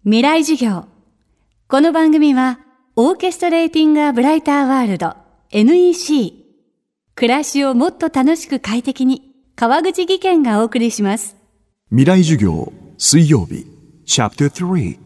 未来授業。この番組はオーケストレーティング・ア・ブライター・ワールド NEC 暮らしをもっと楽しく快適に川口義賢がお送りします。 未来授業水曜日チャプター3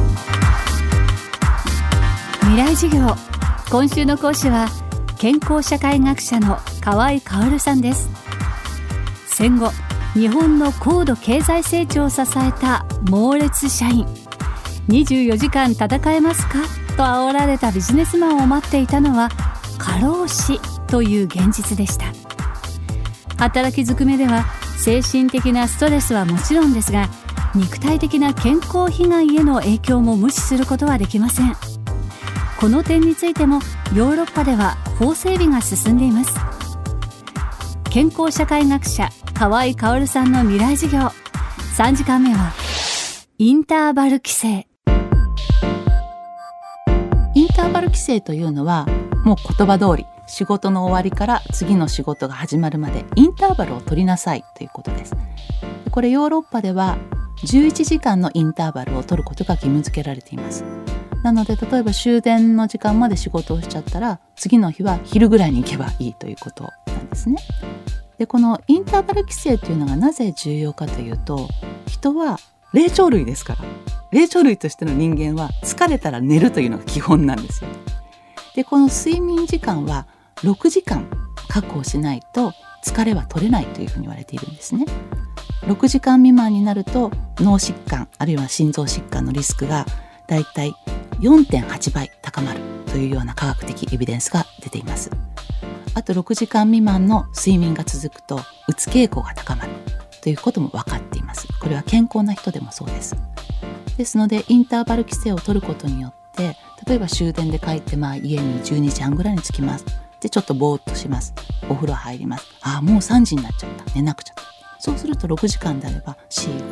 未来授業。今週の講師は健康社会学者の河合薫さんです。戦後日本の高度経済成長を支えた猛烈社員、24時間戦えますかと煽られたビジネスマンを待っていたのは過労死という現実でした。働きづくめでは精神的なストレスはもちろんですが、肉体的な健康被害への影響も無視することはできません。この点についてもヨーロッパでは法整備が進んでいます。健康社会学者河合薫さんの未来授業。3時間目はインターバル規制。 インターバル規制というのは、もう言葉通り仕事の終わりから次の仕事が始まるまでインターバルを取りなさいということです。これヨーロッパでは11時間のインターバルを取ることが義務付けられています。なので例えば終電の時間まで仕事をしちゃったら、次の日は昼ぐらいに行けばいいということなんですね。でこのインターバル規制というのがなぜ重要かというと、人は霊長類ですから、霊長類としての人間は疲れたら寝るというのが基本なんですよ。でこの睡眠時間は6時間確保しないと疲れは取れないというふうに言われているんですね。6時間未満になると脳疾患あるいは心臓疾患のリスクがだいたい 4.8 倍高まるというような科学的エビデンスが出ています。あと6時間未満の睡眠が続くとうつ傾向が高まるということも分かっています。これは健康な人でもそうです。ですのでインターバル規制を取ることによって、例えば終電で帰って家に12時半ぐらいに着きます。でちょっとぼーっとします。お風呂入ります。もう3時になっちゃった、寝なくちゃ。そうすると6時間であれば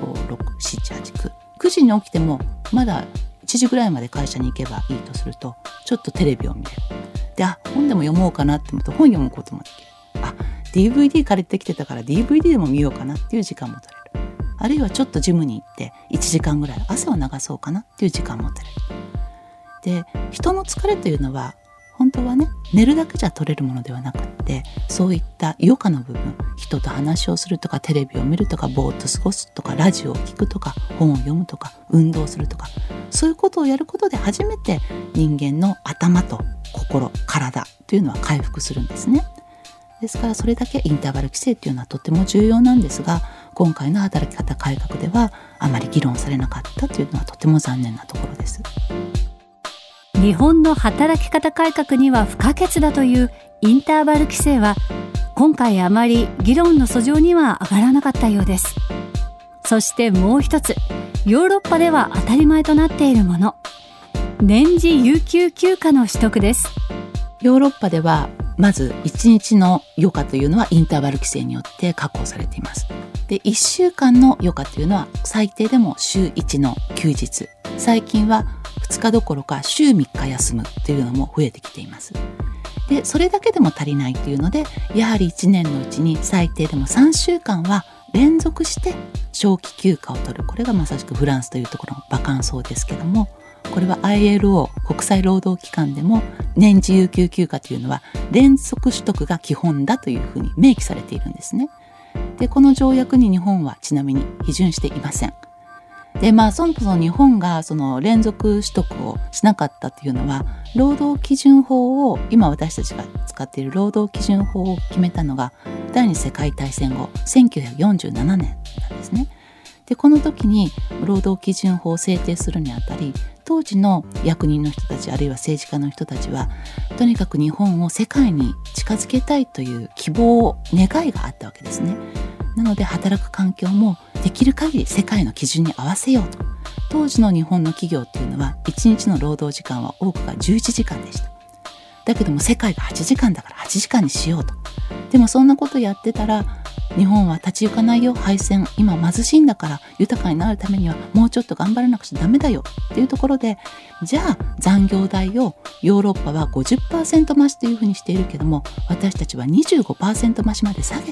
4、5、6、7、8、9時に起きてもまだ1時ぐらいまで会社に行けばいいとすると、ちょっとテレビを見れる。で本でも読もうかなって思うと本読むこともできる。DVD 借りてきてたから DVD でも見ようかなっていう時間も取れる。あるいはちょっとジムに行って1時間ぐらい汗を流そうかなっていう時間も取れる。で人の疲れというのは本当はね、寝るだけじゃ取れるものではなくって、そういった余暇の部分、人と話をするとかテレビを見るとかぼーっと過ごすとかラジオを聞くとか本を読むとか運動するとか、そういうことをやることで初めて人間の頭と心、体というのは回復するんですね。ですからそれだけインターバル規制というのはとても重要なんですが、今回の働き方改革ではあまり議論されなかったというのはとても残念なところです。 日本の働き方改革には不可欠だというインターバル規制は、今回あまり議論の訴状には上がらなかったようです。そしてもう一つ、ヨーロッパでは当たり前となっているもの、年次有給休暇の取得です。 ヨーロッパではまず1日の余暇というのはインターバル規制によって確保されています。で1週間の余暇というのは最低でも週1の休日、最近は2日どころか週3日休むというのも増えてきています。でそれだけでも足りないというので、やはり1年のうちに最低でも3週間は連続して長期休暇を取る。これがまさしくフランスというところのバカンソーですけども、これは ILO 国際労働機関でも年次有給休暇というのは連続取得が基本だというふうに明記されているんですね。でこの条約に日本はちなみに批准していません。でそもそも日本がその連続取得をしなかったというのは、労働基準法を今私たちが使っている労働基準法を決めたのが第二次世界大戦後1947年なんですね。でこの時に労働基準法を制定するにあたり、当時の役人の人たちあるいは政治家の人たちは、とにかく日本を世界に近づけたいという希望、願いがあったわけですね。なので働く環境もできる限り世界の基準に合わせようと。当時の日本の企業というのは1日の労働時間は多くが11時間でした。だけども世界が8時間だから8時間にしようと。でもそんなことやってたら日本は立ち行かないよ、敗戦、今貧しいんだから豊かになるためにはもうちょっと頑張らなくちゃダメだよっていうところで、じゃあ残業代をヨーロッパは 50% 増しというふうにしているけども、私たちは 25% 増しまで下げて、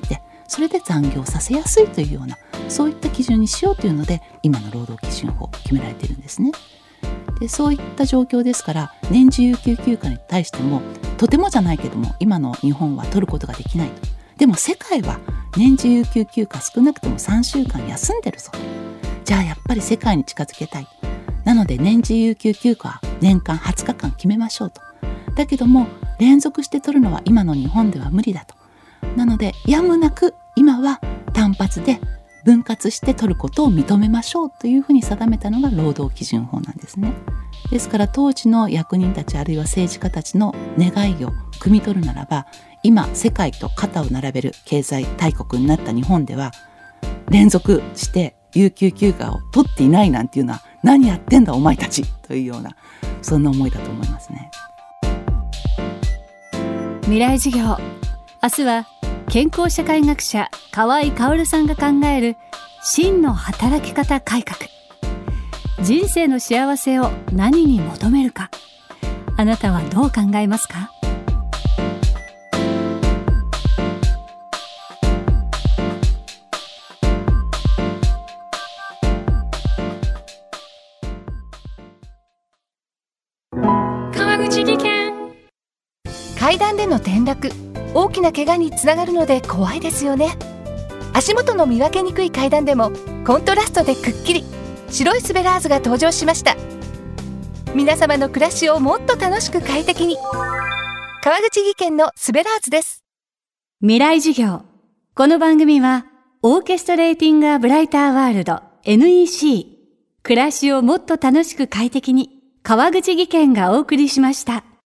それで残業させやすいというような、そういった基準にしようというので今の労働基準法決められているんですね。でそういった状況ですから、年次有給休暇に対してもとてもじゃないけども今の日本は取ることができないと。でも世界は年次有給休暇少なくとも3週間休んでるぞ。じゃあやっぱり世界に近づけたい。なので年次有給休暇は年間20日間決めましょうと。だけども連続して取るのは今の日本では無理だと。なのでやむなく今は単発で分割して取ることを認めましょうというふうに定めたのが労働基準法なんですね。ですから当時の役人たちあるいは政治家たちの願いを汲み取るならば、今世界と肩を並べる経済大国になった日本では連続して有給休暇を取っていないなんていうのは何やってんだお前たちというような、そんな思いだと思いますね。 未来授業、明日は健康社会学者河合薫さんが考える真の働き方改革。人生の幸せを何に求めるか、あなたはどう考えますか？ 川口技研。階段での転落、大きな怪我につながるので怖いですよね。足元の見分けにくい階段でもコントラストでくっきり白いスベラーズが登場しました。皆様の暮らしをもっと楽しく快適に、川口技研のスベラーズです。 未来授業、この番組はオーケストレーティングアブライターワールド NEC、 暮らしをもっと楽しく快適に、川口技研がお送りしました。